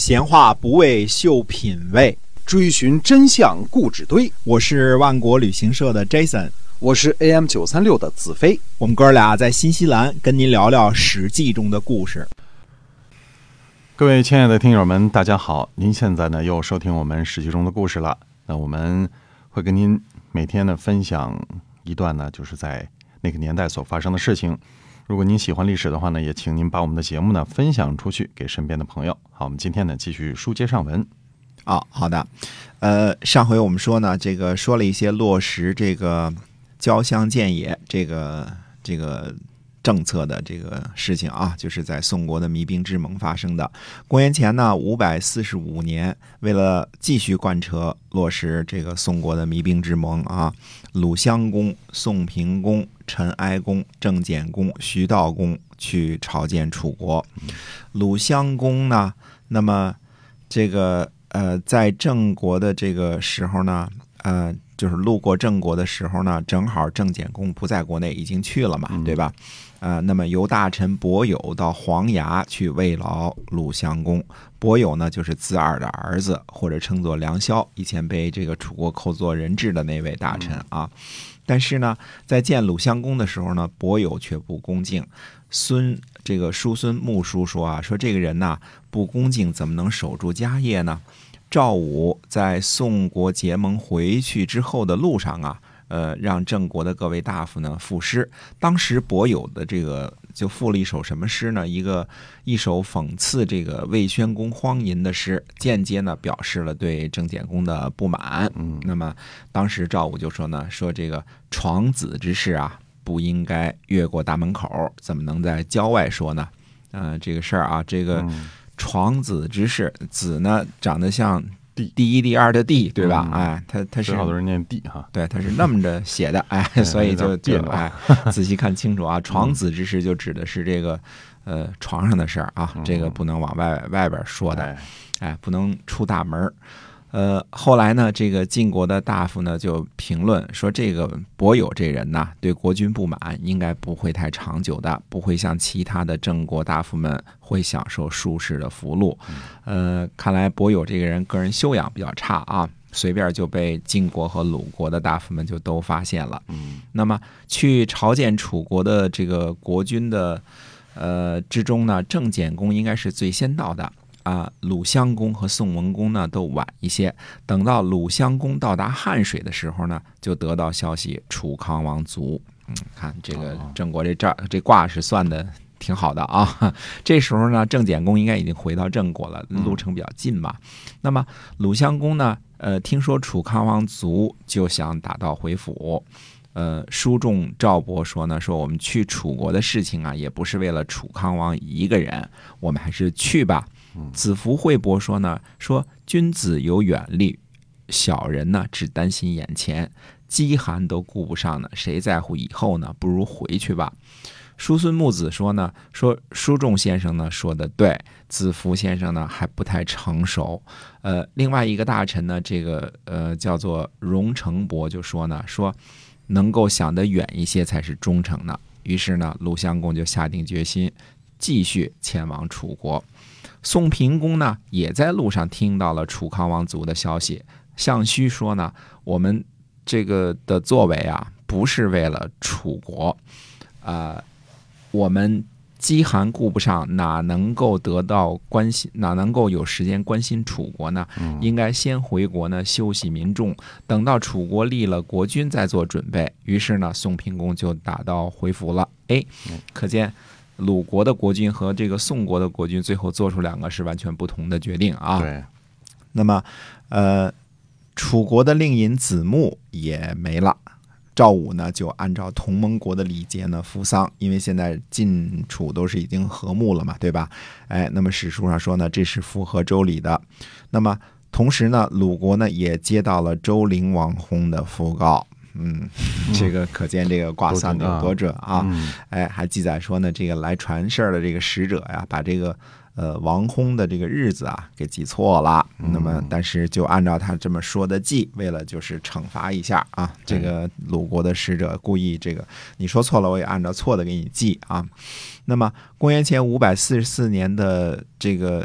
闲话不为秀品味， 追寻真相故纸堆。 我是万国旅行社的 Jason， 我是 AM936 的子飞。 我们哥俩在新西兰跟您聊聊《史记》中的故事。 各位亲爱的听友们，大家好！您现在呢又收听我们《史记》中的故事了。那我们会跟您每天呢分享一段呢，就是在那个年代所发生的事情。如果您喜欢历史的话呢，也请您把我们的节目呢分享出去给身边的朋友。好，我们今天呢继续书接上文。 好的。上回我们说呢，说了一些落实这个交相见也这个政策的这个事情啊，就是在宋国的弭兵之盟发生的。公元前呢545年，为了继续贯彻落实这个宋国的弭兵之盟啊，鲁襄公、宋平公、陈哀公、郑简公、徐悼公去朝见楚国。鲁襄公呢，那么在郑国的这个时候呢，就是路过郑国的时候呢，正好郑简公不在国内，已经去了嘛，对吧？那么由大臣伯友到黄崖去慰劳鲁襄公。伯友呢，就是子耳的儿子，或者称作梁萧，以前被这个楚国扣作人质的那位大臣啊。但是呢，在见鲁襄公的时候呢，伯友却不恭敬。叔孙穆叔说这个人呐，不恭敬，怎么能守住家业呢？赵武在宋国结盟回去之后的路上啊，让郑国的各位大夫呢赋诗。当时伯友的就赋了一首什么诗呢？一首讽刺这个魏宣公荒淫的诗，间接呢表示了对郑简公的不满。那么当时赵武就说这个床子之事啊，不应该越过大门口，怎么能在郊外说呢？这个事儿啊，这个床子之事，子呢长得像第一第二的地，对吧？它是好多人念地哈， 对，它是那么着写的，所以就仔细看清楚啊。床子之事就指的是这个床上的事儿啊，这个不能往外边说的，不能出大门。后来呢，这个晋国的大夫呢就评论说，这个伯友这人呢，对国君不满，应该不会太长久的，不会像其他的郑国大夫们会享受舒适的福禄。看来伯友这个人个人修养比较差啊，随便就被晋国和鲁国的大夫们就都发现了。那么去朝见楚国的这个国君的之中呢，郑简公应该是最先到的。鲁襄公和宋文公呢都晚一些。等到鲁襄公到达汉水的时候呢，就得到消息楚康王卒。看这个郑国这卦是算的挺好的啊。这时候呢，郑简公应该已经回到郑国了，路程比较近嘛。那么鲁襄公呢，听说楚康王卒，就想打道回府。书中赵伯说我们去楚国的事情啊，也不是为了楚康王一个人，我们还是去吧。子服惠伯说君子有远虑，小人呢只担心眼前，饥寒都顾不上呢，谁在乎以后呢？不如回去吧。叔孙木子说书仲先生呢说的对，子服先生呢还不太成熟。另外一个大臣呢，叫做荣成伯就说能够想得远一些才是忠诚的。于是呢，鲁襄公就下定决心继续前往楚国。宋平公呢，也在路上听到了楚康王卒的消息。项须说我们这个的作为啊，不是为了楚国，我们饥寒顾不上，哪能够得到关心，哪能够有时间关心楚国呢？应该先回国呢休息民众，等到楚国立了国君再做准备。于是呢，宋平公就打道回府了。可见鲁国的国君和这个宋国的国君最后做出两个是完全不同的决定啊。 对。 那么楚国的令尹子木也没了。赵武呢就按照同盟国的礼节呢服丧，因为现在晋楚都是已经和睦了嘛，对吧？那么史书上说这是符合周礼的。那么同时呢，鲁国呢也接到了周灵王薨的讣告。这个可见这个卦算的有多准啊！还记载说这个来传事儿的这个使者呀，把这个王薨的这个日子啊给记错了。那么但是就按照他这么说的记，为了就是惩罚一下啊，这个鲁国的使者故意你说错了，我也按照错的给你记啊。那么公元前544年的这个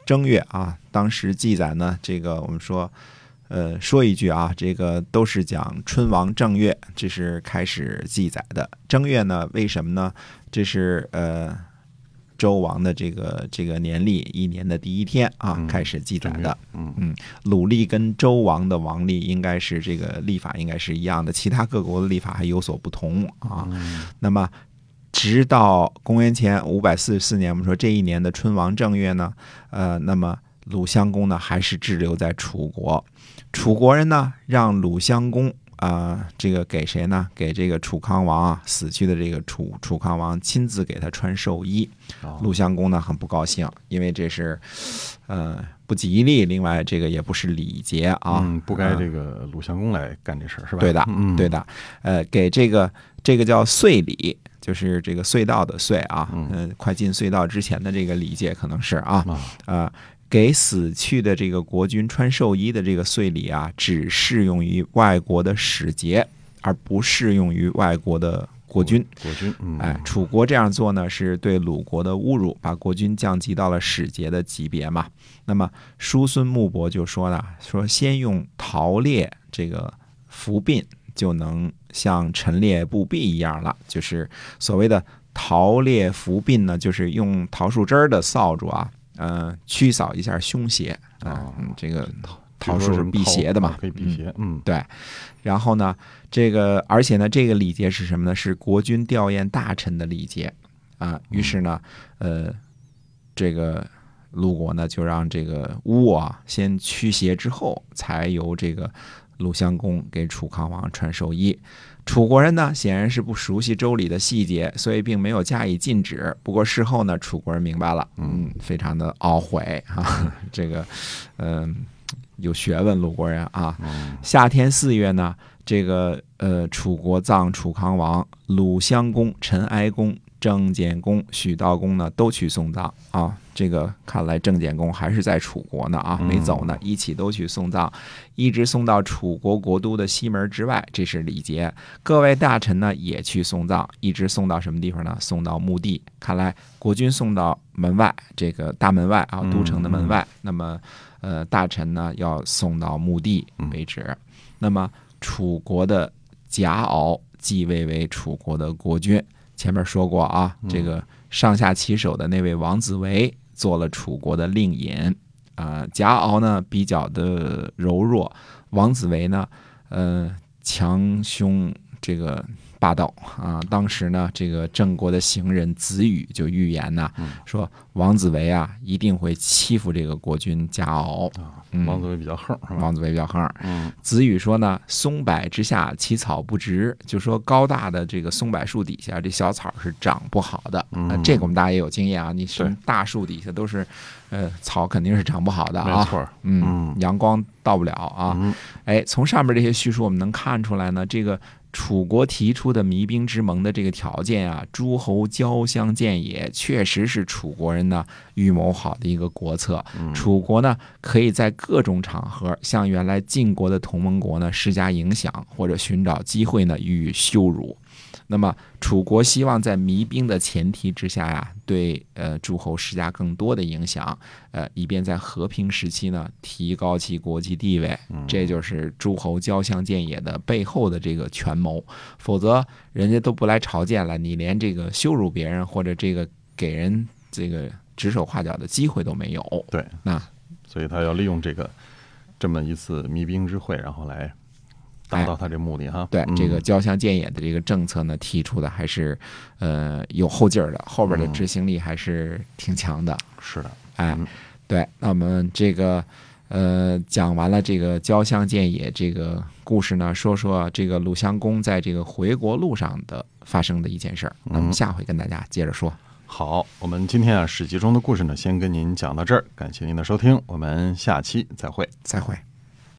正月啊，当时记载呢，这个我们说。说一句啊，这个都是讲春王正月，这是开始记载的。正月呢，为什么呢？这是周王的这个年历一年的第一天啊，开始记载的。鲁历跟周王的王历应该是这个历法应该是一样的，其他各国的历法还有所不同啊。那么直到公元前544年，我们说这一年的春王正月呢，那么鲁襄公呢还是滞留在楚国。楚国人呢让鲁襄公这个给谁呢？给这个楚康王啊，死去的这个楚康王亲自给他穿寿衣。鲁襄公呢很不高兴，因为这是不吉利，另外这个也不是礼节啊， 不该这个鲁襄公来干这事是吧？ 对的，对的。给这个叫岁礼，就是这个隧道的隧啊，快进隧道之前的这个礼节可能是给死去的这个国君穿寿衣的这个岁礼啊，只适用于外国的使节，而不适用于外国的国君。楚国这样做呢，是对鲁国的侮辱，把国君降级到了使节的级别嘛。那么叔孙穆伯就说呢，说先用桃列这个服鬓，就能像陈列布币一样了。就是所谓的桃列服鬓呢，就是用桃树枝的扫帚啊。驱扫一下凶邪这个桃树是辟邪的嘛， 可以辟邪。 对。然后呢，而且呢，这个礼节是什么呢？是国君吊唁大臣的礼节于是呢，这个鲁国呢就让这个巫先驱邪之后，才由这个鲁襄公给楚康王穿寿衣。楚国人呢显然是不熟悉周礼的细节，所以并没有加以禁止。不过事后呢，楚国人明白了，非常的懊悔这个有学问鲁国人啊。夏天4月呢，这个楚国葬楚康王，鲁襄公、陈哀公、郑简公、许道公呢都去送葬啊。这个看来郑简公还是在楚国呢啊，没走呢，一起都去送葬，一直送到楚国国都的西门之外，这是礼节。各位大臣呢也去送葬，一直送到什么地方呢？送到墓地。看来国君送到门外，这个大门外啊，都城的门外。那么大臣呢要送到墓地为止。那么楚国的贾敖继位为楚国的国君。前面说过啊，这个上下其手的那位王子维做了楚国的令尹贾敖呢比较的柔弱，王子维呢强凶这个霸道当时呢，这个郑国的行人子羽就预言呢，说王子维一定会欺负这个国君贾敖王子维比较横， 王子维比较横。子羽说呢，松柏之下其草不直，就说高大的这个松柏树底下，这小草是长不好的。这个我们大家也有经验啊，你什么大树底下都是草肯定是长不好的啊。 没错， 阳光到不了啊。从上面这些叙述我们能看出来呢，这个楚国提出的弭兵之盟的这个条件啊，诸侯交相见也，确实是楚国人呢预谋好的一个国策。楚国呢可以在各种场合向原来晋国的同盟国呢施加影响，或者寻找机会呢予以羞辱。那么楚国希望在弭兵的前提之下对诸侯施加更多的影响，以便在和平时期呢提高其国际地位。这就是诸侯交相见也的背后的这个权谋。否则人家都不来朝见了，你连这个羞辱别人或者这个给人这个指手画脚的机会都没有。 对，所以他要利用这么一次弭兵之会，然后来达到他这目的哈。 对，这个交相见也的这个政策呢，提出的还是有后劲儿的，后边的执行力还是挺强的。 是的， 对，那我们这个讲完了这个交相见也这个故事呢，说说这个鲁襄公在这个回国路上的发生的一件事儿。那我们下回跟大家接着说。 好，我们今天史记中的故事呢，先跟您讲到这儿，感谢您的收听，我们下期再会。 再会。